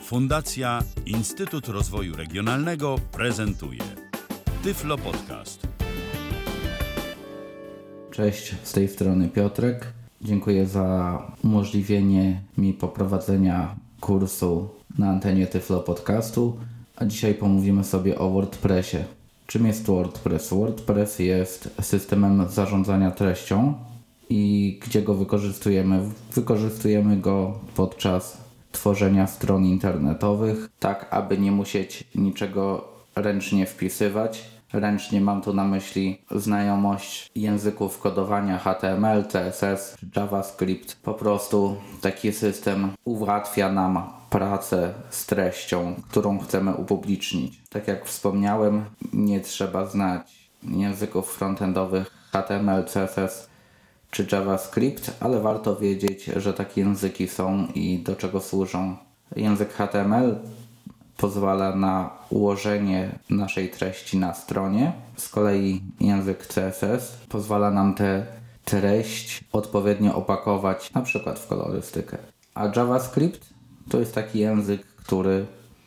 Fundacja Instytut Rozwoju Regionalnego prezentuje Tyflo Podcast. Cześć, z tej strony Piotrek. Dziękuję za umożliwienie mi poprowadzenia kursu na antenie Tyflo Podcastu. A dzisiaj pomówimy sobie o WordPressie. Czym jest WordPress? WordPress jest systemem zarządzania treścią i gdzie go wykorzystujemy? Wykorzystujemy go podczas tworzenia stron internetowych, tak aby nie musieć niczego ręcznie wpisywać. Ręcznie mam tu na myśli znajomość języków kodowania HTML, CSS, JavaScript. Po prostu taki system ułatwia nam pracę z treścią, którą chcemy upublicznić. Tak jak wspomniałem, nie trzeba znać języków frontendowych HTML, CSS czy JavaScript, ale warto wiedzieć, że takie języki są i do czego służą. Język HTML pozwala na ułożenie naszej treści na stronie. Z kolei język CSS pozwala nam tę treść odpowiednio opakować, na przykład w kolorystykę. A JavaScript to jest taki język, który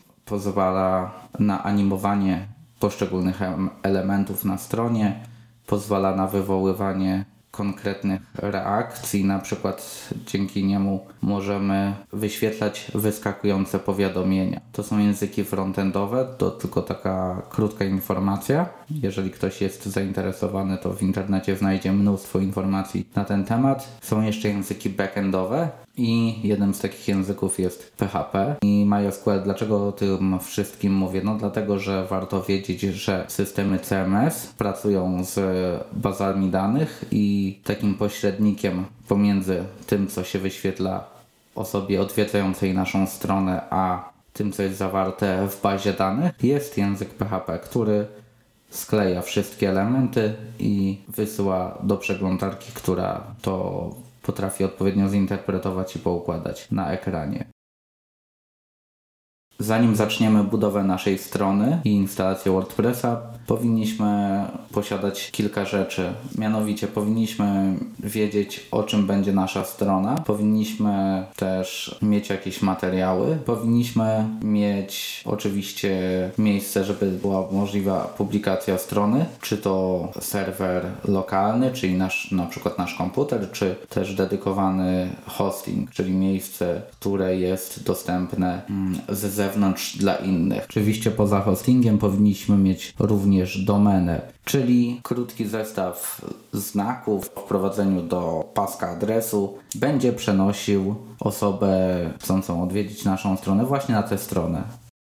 pozwala na animowanie poszczególnych elementów na stronie, pozwala na wywoływanie konkretnych reakcji, na przykład dzięki niemu możemy wyświetlać wyskakujące powiadomienia. To są języki frontendowe, to tylko taka krótka informacja. Jeżeli ktoś jest zainteresowany, to w internecie znajdzie mnóstwo informacji na ten temat. Są jeszcze języki backendowe i jednym z takich języków jest PHP i MySQL. Dlaczego o tym wszystkim mówię? No dlatego, że warto wiedzieć, że systemy CMS pracują z bazami danych i takim pośrednikiem pomiędzy tym, co się wyświetla osobie odwiedzającej naszą stronę, a tym, co jest zawarte w bazie danych, jest język PHP, który skleja wszystkie elementy i wysyła do przeglądarki, która to potrafi odpowiednio zinterpretować i poukładać na ekranie. Zanim zaczniemy budowę naszej strony i instalację WordPressa, powinniśmy posiadać kilka rzeczy. Mianowicie powinniśmy wiedzieć, o czym będzie nasza strona. Powinniśmy też mieć jakieś materiały. Powinniśmy mieć oczywiście miejsce, żeby była możliwa publikacja strony. Czy to serwer lokalny, czyli na przykład nasz komputer, czy też dedykowany hosting, czyli miejsce, które jest dostępne z zewnątrz dla innych. Oczywiście poza hostingiem powinniśmy mieć również domenę, czyli krótki zestaw znaków w wprowadzeniu do paska adresu będzie przenosił osobę chcącą odwiedzić naszą stronę właśnie na tę stronę.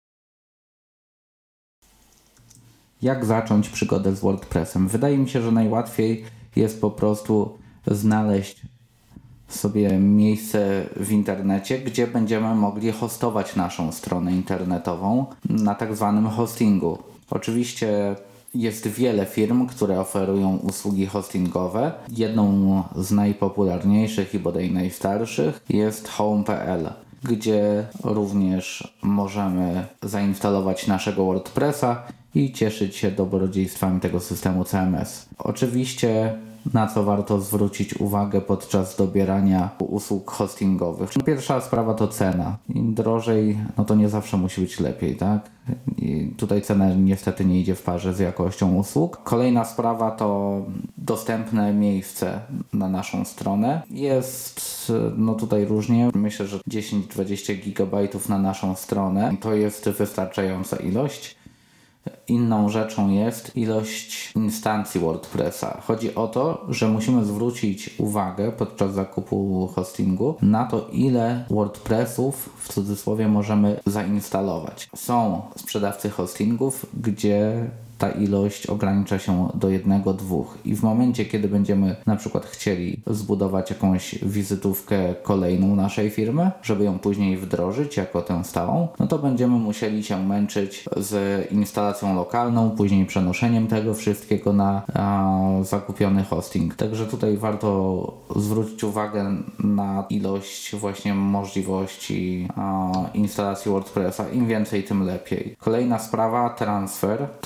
Jak zacząć przygodę z WordPressem? Wydaje mi się, że najłatwiej jest po prostu znaleźć sobie miejsce w internecie, gdzie będziemy mogli hostować naszą stronę internetową na tak zwanym hostingu. Oczywiście jest wiele firm, które oferują usługi hostingowe. Jedną z najpopularniejszych i bodaj najstarszych jest Home.pl, gdzie również możemy zainstalować naszego WordPressa i cieszyć się dobrodziejstwami tego systemu CMS. Oczywiście na co warto zwrócić uwagę podczas dobierania usług hostingowych. Pierwsza sprawa to cena. Im drożej, no to nie zawsze musi być lepiej, tak? I tutaj cena niestety nie idzie w parze z jakością usług. Kolejna sprawa to dostępne miejsce na naszą stronę. Jest tutaj różnie. Myślę, że 10-20 GB na naszą stronę to jest wystarczająca ilość. Inną rzeczą jest ilość instancji WordPressa. Chodzi o to, że musimy zwrócić uwagę podczas zakupu hostingu na to, ile WordPressów w cudzysłowie możemy zainstalować. Są sprzedawcy hostingów, gdzie ta ilość ogranicza się do 1-2 i w momencie, kiedy będziemy na przykład chcieli zbudować jakąś wizytówkę kolejną naszej firmy, żeby ją później wdrożyć jako tę stałą, no to będziemy musieli się męczyć z instalacją lokalną, później przenoszeniem tego wszystkiego na zakupiony hosting. Także tutaj warto zwrócić uwagę na ilość właśnie możliwości instalacji WordPressa. Im więcej, tym lepiej. Kolejna sprawa, transfer, to też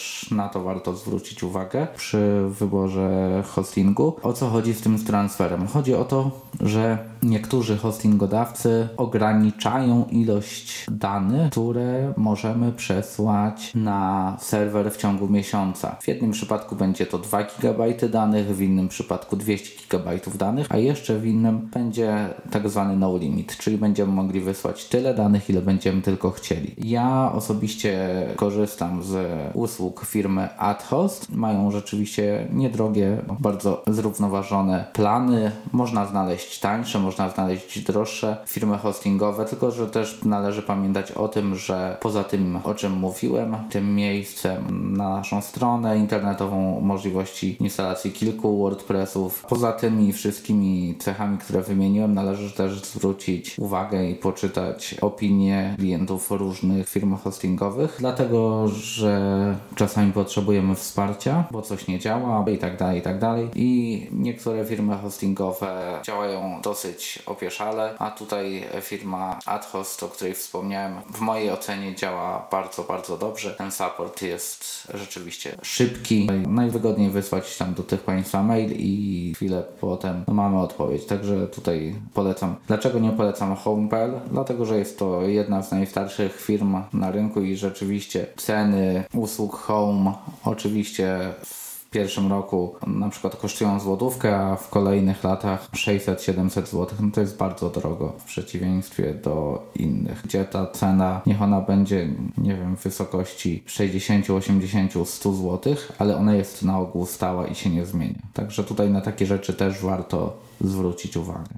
też na to warto zwrócić uwagę przy wyborze hostingu. O co chodzi z tym transferem? Chodzi o to, że niektórzy hostingodawcy ograniczają ilość danych, które możemy przesłać na serwer w ciągu miesiąca. W jednym przypadku będzie to 2 GB danych, w innym przypadku 200 GB danych, a jeszcze w innym będzie tak zwany no limit, czyli będziemy mogli wysłać tyle danych, ile będziemy tylko chcieli. Ja osobiście korzystam z usług firmy AdHost. Mają rzeczywiście niedrogie, bardzo zrównoważone plany. Można znaleźć tańsze, można znaleźć droższe firmy hostingowe, tylko że też należy pamiętać o tym, że poza tym, o czym mówiłem, tym miejscem na naszą stronę internetową możliwości instalacji kilku WordPressów. Poza tymi wszystkimi cechami, które wymieniłem, należy też zwrócić uwagę i poczytać opinie klientów różnych firm hostingowych, dlatego że czasami potrzebujemy wsparcia, bo coś nie działa i tak dalej, i tak dalej. I niektóre firmy hostingowe działają dosyć opieszale, a tutaj firma AdHost, o której wspomniałem, w mojej ocenie działa bardzo, bardzo dobrze. Ten support jest rzeczywiście szybki. Najwygodniej wysłać tam do tych Państwa mail i chwilę potem mamy odpowiedź. Także tutaj polecam. Dlaczego nie polecam Home.pl? Dlatego, że jest to jedna z najstarszych firm na rynku i rzeczywiście ceny usług Home oczywiście w pierwszym roku na przykład kosztują złotówkę, a w kolejnych latach 600-700 zł. No to jest bardzo drogo w przeciwieństwie do innych, gdzie ta cena, niech ona będzie, nie wiem, w wysokości 60, 80, 100 zł, ale ona jest na ogół stała i się nie zmienia. Także tutaj na takie rzeczy też warto zwrócić uwagę.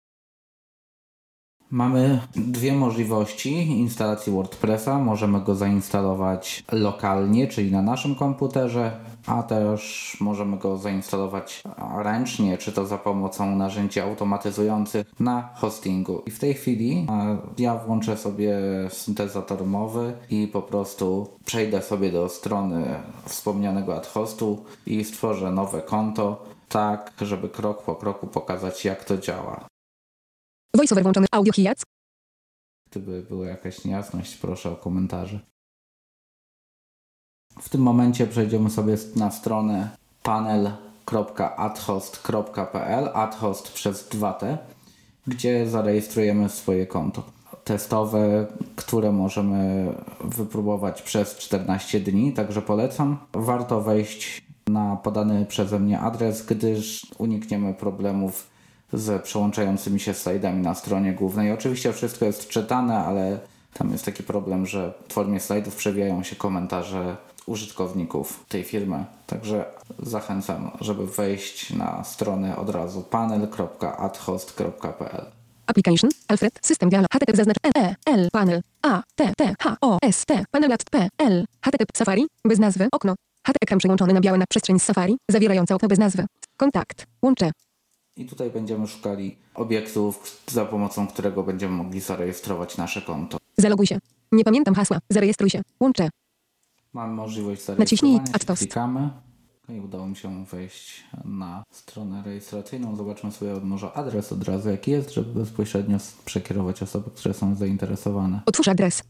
Mamy dwie możliwości instalacji WordPressa. Możemy go zainstalować lokalnie, czyli na naszym komputerze, a też możemy go zainstalować ręcznie, czy to za pomocą narzędzi automatyzujących na hostingu. I w tej chwili ja włączę sobie syntezator mowy i po prostu przejdę sobie do strony wspomnianego AdHostu i stworzę nowe konto, tak żeby krok po kroku pokazać, jak to działa. VoiceOver włączony. Audio hijac. Gdyby była jakaś niejasność, proszę o komentarze. W tym momencie przejdziemy sobie na stronę panel.adhost.pl, adhost przez 2t, gdzie zarejestrujemy swoje konto testowe, które możemy wypróbować przez 14 dni, także polecam. Warto wejść na podany przeze mnie adres, gdyż unikniemy problemów z przełączającymi się slajdami na stronie głównej. Oczywiście wszystko jest czytane, ale tam jest taki problem, że w formie slajdów przewijają się komentarze użytkowników tej firmy. Także zachęcam, żeby wejść na stronę od razu panel.adhost.pl. Application, Alfred, system dialog, http zaznacz L, panel, A, T, T, H, O, S, T, panel.pl, http Safari, bez nazwy, okno, ekran przełączony na białe na przestrzeń z Safari, zawierająca okno bez nazwy, kontakt, łącze. I tutaj będziemy szukali obiektów, za pomocą którego będziemy mogli zarejestrować nasze konto. Zaloguj się. Nie pamiętam hasła. Zarejestruj się. Łącze. Mamy możliwość Naciśnij zarejestrowania. AdHost. Klikamy. I udało mi się wejść na stronę rejestracyjną. Zobaczmy sobie może adres od razu jaki jest, żeby bezpośrednio przekierować osoby, które są zainteresowane. Otwórz adres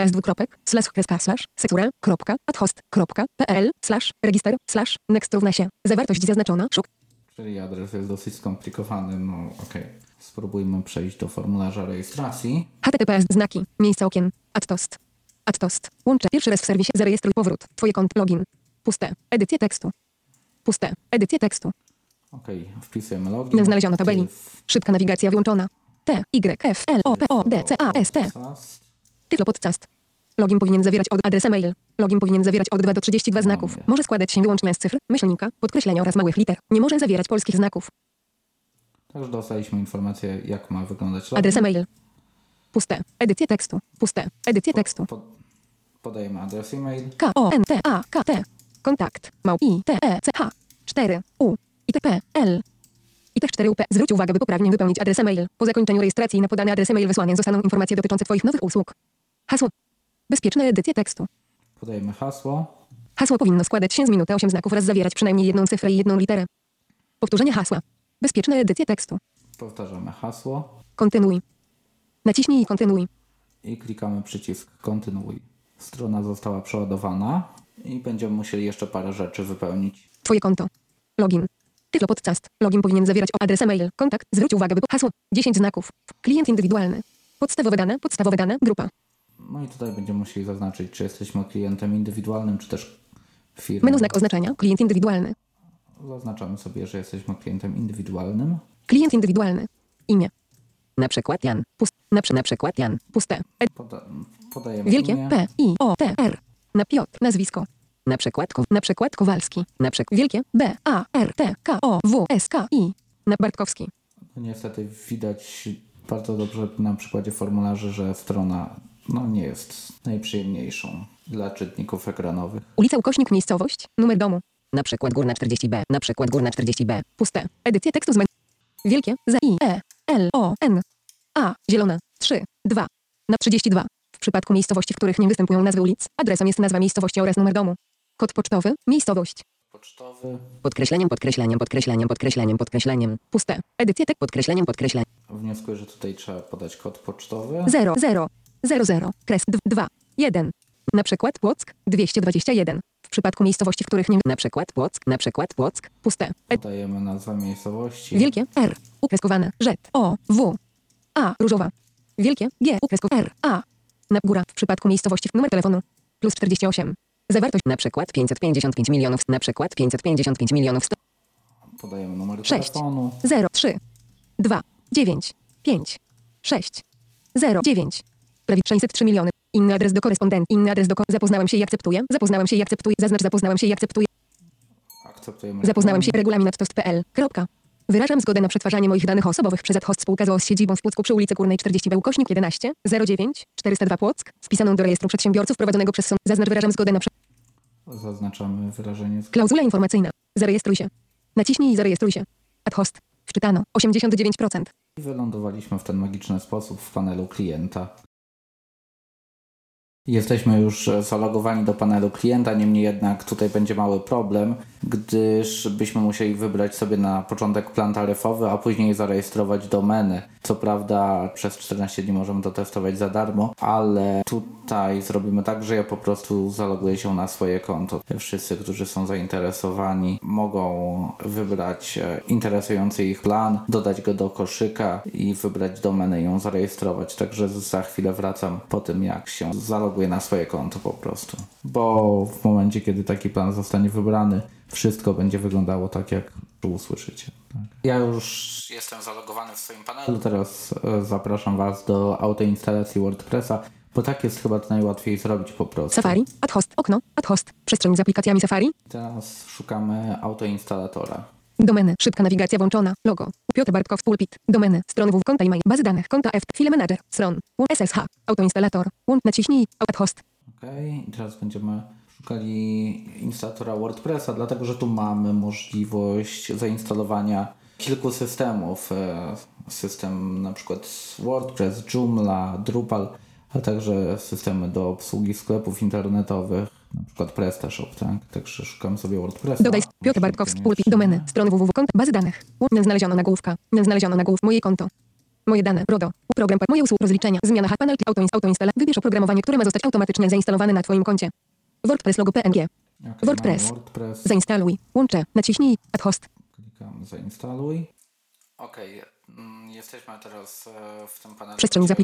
https://sektura.adhost.pl/register/next równa się. Zawartość zaznaczona. Szuk. Czyli adres jest dosyć skomplikowany. No okej. Spróbujmy przejść do formularza rejestracji. https znaki. Miejsca okien. AdHost. AdHost. Łącze. Pierwszy raz w serwisie. Zarejestruj powrót. Twoje konto. Login. Puste. Edycja tekstu. Puste. Edycja tekstu. Okej. Wpisujemy login. Znaleziono tabeli. Szybka nawigacja wyłączona. T, Y, F, L, O, P, O, D, C, A, S, T. Tyflo podcast. Login powinien zawierać adres e-mail. Login powinien zawierać od 2 do 32 znaków. Może składać się wyłącznie z cyfr, myślnika, podkreślenia oraz małych liter. Nie może zawierać polskich znaków. Także dostaliśmy informację, jak ma wyglądać login. Adres e-mail. Puste. Edycja tekstu. Puste. Edycja tekstu. Podajemy adres e-mail. KONTAKT. Kontakt. ITECH 4 U ITP L. ITECH 4 UP. Zwróć uwagę, by poprawnie wypełnić adres e-mail. Po zakończeniu rejestracji na podany adres e-mail wysłane zostaną informacje dotyczące Twoich nowych usług. Hasło. Bezpieczna edycja tekstu. Podajemy hasło. Hasło powinno składać się z minuty 8 znaków oraz zawierać przynajmniej jedną cyfrę i jedną literę. Powtórzenie hasła. Bezpieczna edycja tekstu. Powtarzamy hasło. Kontynuuj. Naciśnij kontynuuj. I klikamy przycisk kontynuuj. Strona została przeładowana. I będziemy musieli jeszcze parę rzeczy wypełnić. Twoje konto. Login. Tyflo Podcast. Login powinien zawierać adres e-mail, kontakt, zwróć uwagę, by hasło, 10 znaków. Klient indywidualny. Podstawowe dane, grupa. No i tutaj będziemy musieli zaznaczyć, czy jesteśmy klientem indywidualnym, czy też firmą. Menu znak oznaczenia, klient indywidualny. Zaznaczamy sobie, że jesteśmy klientem indywidualnym. Klient indywidualny. Imię. Na przykład Jan. Na przykład Jan. Puste. Podajemy Wielkie imię. P, I, O, T, R. Na Piotr. Nazwisko. Na przykład Kowalski. Wielkie B, A, R, T, K, O, W, S, K, I. Na Bartkowski. Niestety widać bardzo dobrze na przykładzie formularzy, że strona nie jest najprzyjemniejszą dla czytników ekranowych. Ulica Ukośnik Miejscowość. Numer domu. Na przykład Górna 40B. Na przykład Górna 40B. Puste. Edycja tekstu z Wielkie Z, I, E, L, O, N. A. Zielona. 3, 2. Na 32. W przypadku miejscowości, w których nie występują nazwy ulic, adresem jest nazwa miejscowości oraz numer domu. Kod pocztowy. Miejscowość. Pocztowy. Podkreśleniem. Puste. Edycja tekstu. Podkreśleniem. Wnioskuję, że tutaj trzeba podać kod pocztowy. 0, 0, 0, 0, kres 2, 1. Na przykład Płock 221. W przypadku miejscowości, w których nie... Na przykład Płock, puste. Podajemy nazwę miejscowości. Wielkie R, ukreskowane, Z, O, W. A, Różowa. Wielkie G, ukreskowane, R, A. Na góra, w przypadku miejscowości, numer telefonu. Plus 48. Zawartość, na przykład 555 milionów, na przykład 555 milionów 100. Podajemy numer 6, telefonu. 0, 3, 2, 9, 5, 6, 0, 9. Prawie 603 miliony. Inny adres do korespondenta. Zapoznałem się i akceptuję. Zaznacz zapoznałem się i akceptuję. Akceptujemy. Zapoznałem się. Regulamin attost.pl. Wyrażam zgodę na przetwarzanie moich danych osobowych przez Athost spółka z siedzibą w Płocku przy ulicy Górnej 40B ukośnik 11 09 402 Płock, wpisaną do rejestru przedsiębiorców prowadzonego przez sąd. Wyrażam zgodę na Zaznaczamy wyrażenie zgody. klauzula informacyjna. Zarejestruj się. Naciśnij i zarejestruj się. Athost. Wczytano. 89%. I wylądowaliśmy w ten magiczny sposób w panelu klienta. Jesteśmy już zalogowani do panelu klienta, niemniej jednak tutaj będzie mały problem, gdyż byśmy musieli wybrać sobie na początek plan taryfowy, a później zarejestrować domeny. Co prawda przez 14 dni możemy to testować za darmo, ale tutaj zrobimy tak, że ja po prostu zaloguję się na swoje konto. Wszyscy, którzy są zainteresowani, mogą wybrać interesujący ich plan, dodać go do koszyka i wybrać domenę i ją zarejestrować. Także za chwilę wracam po tym, jak się zaloguję na swoje konto po prostu. Bo w momencie, kiedy taki plan zostanie wybrany, wszystko będzie wyglądało tak, jak usłyszycie. Tak. Ja już jestem zalogowany w swoim panelu. Teraz zapraszam Was do autoinstalacji WordPressa, bo tak jest chyba to najłatwiej zrobić po prostu. Safari. Athost. Okno. Athost. Przestrzeń z aplikacjami Safari. Teraz szukamy autoinstalatora. Domeny. Szybka nawigacja włączona. Logo. Piotr Bartkow. Pulpit. Domeny. Strony www. Konta e-mail. Bazy danych. Konta F. File Manager. Stron. SSH. Autoinstalator. Łącz. Naciśnij. Athost. Okej. I teraz będziemy szukali instalatora WordPressa, dlatego że tu mamy możliwość zainstalowania kilku systemów. System na przykład WordPress, Joomla, Drupal, a także systemy do obsługi sklepów internetowych, na przykład PrestaShop, tak? Także szukam sobie WordPressa. Dodaj Piotr Bartkow. Pulpit. Domeny. Strony www. Konta. Bazy danych. Znaleziono nagłówka. Moje konto. Moje dane. RODO. Program. Moje usługi. Rozliczenia. Zmiana panel. Autoinstala. Wybierz oprogramowanie, które ma zostać automatycznie zainstalowane na Twoim koncie. WordPress logo PNG. Okay, WordPress. Zainstaluj. Łączę. Naciśnij. Athost. Klikam zainstaluj. Okej. Jesteśmy teraz w tym panelu, Przestrzeń z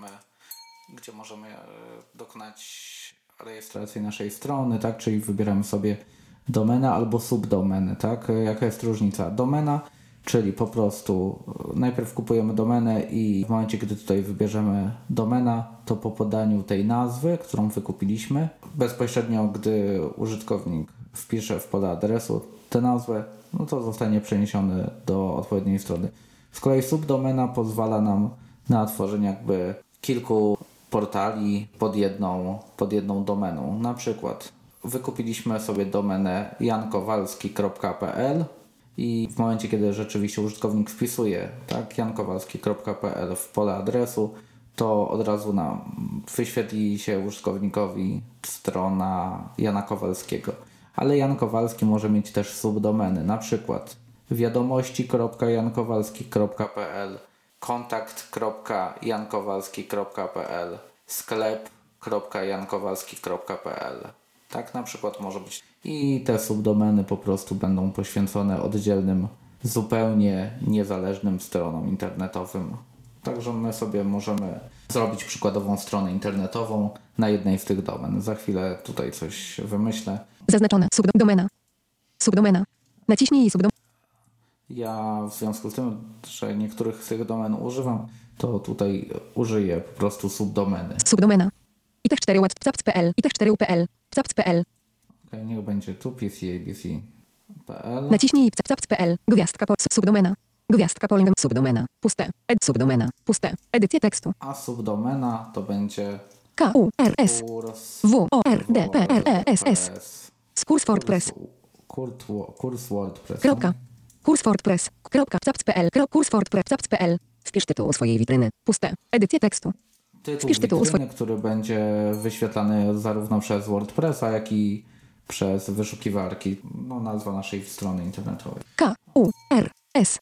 gdzie możemy dokonać rejestracji naszej strony, tak? Czyli wybieramy sobie domenę albo subdomenę, tak? Jaka jest różnica? Domena, czyli po prostu najpierw kupujemy domenę i w momencie, gdy tutaj wybierzemy domena, to po podaniu tej nazwy, którą wykupiliśmy, bezpośrednio gdy użytkownik wpisze w pole adresu tę nazwę, no to zostanie przeniesiony do odpowiedniej strony. Z kolei subdomena pozwala nam na tworzenie jakby kilku portali pod jedną domeną. Na przykład wykupiliśmy sobie domenę jankowalski.pl i w momencie, kiedy rzeczywiście użytkownik wpisuje tak, jankowalski.pl w pole adresu, to od razu nam wyświetli się użytkownikowi strona Jana Kowalskiego. Ale Jan Kowalski może mieć też subdomeny, na przykład wiadomości.jankowalski.pl, kontakt.jankowalski.pl, sklep.jankowalski.pl. Tak na przykład może być. I te subdomeny po prostu będą poświęcone oddzielnym, zupełnie niezależnym stronom internetowym. Także my sobie możemy zrobić przykładową stronę internetową na jednej z tych domen. Za chwilę tutaj coś wymyślę. Zaznaczone. Subdomena. Subdomena. Naciśnij subdomena. Ja w związku z tym, że niektórych z tych domen używam, to tutaj użyję po prostu subdomeny. Subdomena. itech4 whatsapp.pl, itech4 upl, whatsapp.pl. Okay, niech będzie tu pcabc.pl. Naciśnij whatsapp.pl, gwiazdka pod subdomena. Gwiazdka polem subdomena. Puste. Subdomena. Puste. Edycja tekstu. A subdomena to będzie KURS kurs WORDPRESS. Kurs WordPress. Kurs WordPress. Kropka. Kurs WordPress. Kropka. Whatsapp.pl. Kurs WordPress. Whatsapp.pl. Wpisz tytuł swojej witryny. Puste. Edycja tekstu. Tytuł witryny, który będzie wyświetlany zarówno przez WordPressa, jak i przez wyszukiwarki. No, nazwa naszej strony internetowej. KURS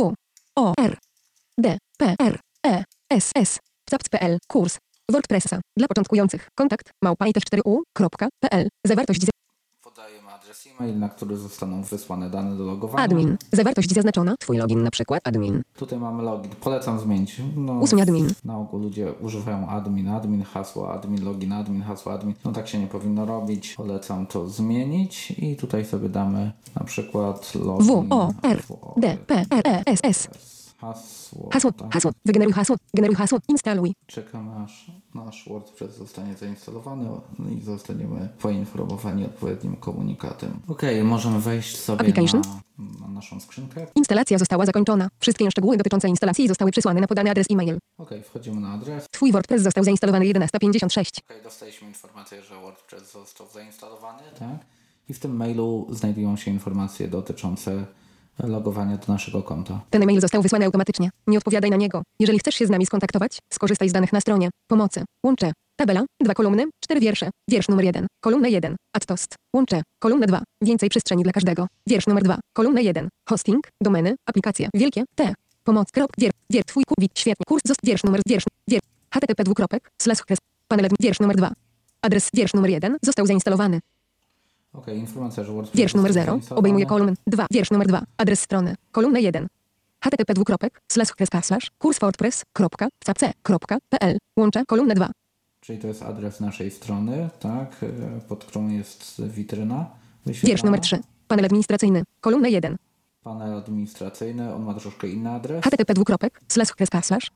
WORDPRESS. Whatsapp.pl. Kurs WordPressa. Dla początkujących. Kontakt @itech4u.pl. Zawartość Podajemy adres e-mail, na który zostaną wysłane dane do logowania. admin. Zawartość zaznaczona. Twój login na przykład admin. Tutaj mamy login. Polecam zmienić. No, Usuń admin. Na ogół ludzie używają admin, hasło, admin, login, admin, hasło, admin. No tak się nie powinno robić. Polecam to zmienić i tutaj sobie damy na przykład login. WORDPRESS. Hasło. Hasło. Wygeneruj hasło. Generuj hasło. Instaluj. Czekamy aż nasz WordPress zostanie zainstalowany i zostaniemy poinformowani odpowiednim komunikatem. Okej, możemy wejść sobie na naszą skrzynkę. Instalacja została zakończona. Wszystkie szczegóły dotyczące instalacji zostały przysłane na podany adres e-mail. Okej, wchodzimy na adres. Twój WordPress został zainstalowany 11:56. Okej, dostaliśmy informację, że WordPress został zainstalowany, tak? I w tym mailu znajdują się informacje dotyczące logowania do naszego konta. Ten e-mail został wysłany automatycznie. Nie odpowiadaj na niego. Jeżeli chcesz się z nami skontaktować, skorzystaj z danych na stronie. Pomocy. Łącze. Tabela. 2 kolumny. 4 wiersze. Wiersz numer 1. Kolumna 1. Adtost. Łącze. Kolumna 2. Więcej przestrzeni dla każdego. Wiersz numer 2. Kolumna 1. Hosting. Domeny. Aplikacje. Wielkie. T. Pomoc. Twój świetnie. Kurs. Wiersz numer. http:// panel. Wiersz numer 2. Adres. Wiersz numer 1 został zainstalowany. Okej, informacja, że WordPress Wiersz numer 0 obejmuje kolumn 2. Wiersz numer 2. Adres strony. Kolumna 1. http:// kurswordpress.pl. Łącze. Kolumna 2. Czyli to jest adres naszej strony, tak? Pod którą jest witryna wyświetlana. Wiersz numer 3. Panel administracyjny. Kolumna 1. Panel administracyjny, on ma troszkę inny adres. http://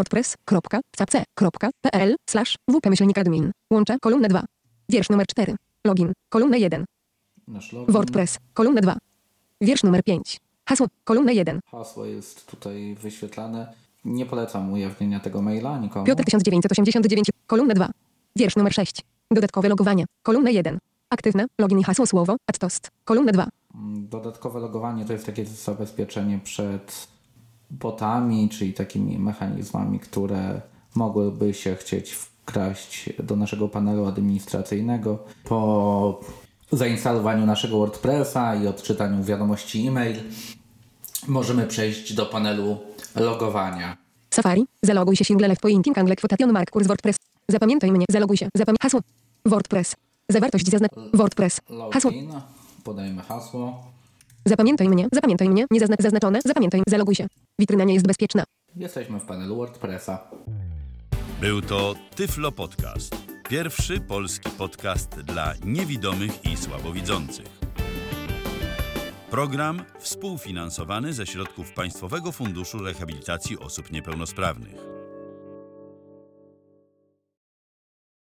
kurswordpress.pl/wp-admin. Łącze. Kolumna 2. Wiersz numer 4. Login. Kolumna 1. Nasz login. WordPress. Kolumna 2. Wiersz numer 5. Hasło. Kolumna 1. Hasło jest tutaj wyświetlane. Nie polecam ujawnienia tego maila nikomu. Piotr 1989. Kolumna 2. Wiersz numer 6. Dodatkowe logowanie. Kolumna 1. Aktywne. Login i hasło słowo. Adtost. Kolumna 2. Dodatkowe logowanie to jest takie zabezpieczenie przed botami, czyli takimi mechanizmami, które mogłyby się chcieć wkraść do naszego panelu administracyjnego. Po zainstalowaniu naszego WordPressa i odczytaniu wiadomości e-mail możemy przejść do panelu logowania. Safari. Zaloguj się single left pointing angle quotation mark kurs WordPress. Zapamiętaj mnie. Zaloguj się. Hasło. WordPress. Zawartość WordPress. Hasło. Login. Podajemy hasło. Zapamiętaj mnie. Zapamiętaj mnie. Nie zaznaczone. Zapamiętaj. Zaloguj się. Witryna nie jest bezpieczna. Jesteśmy w panelu WordPressa. Był to Tyflo Podcast. Pierwszy polski podcast dla niewidomych i słabowidzących. Program współfinansowany ze środków Państwowego Funduszu Rehabilitacji Osób Niepełnosprawnych.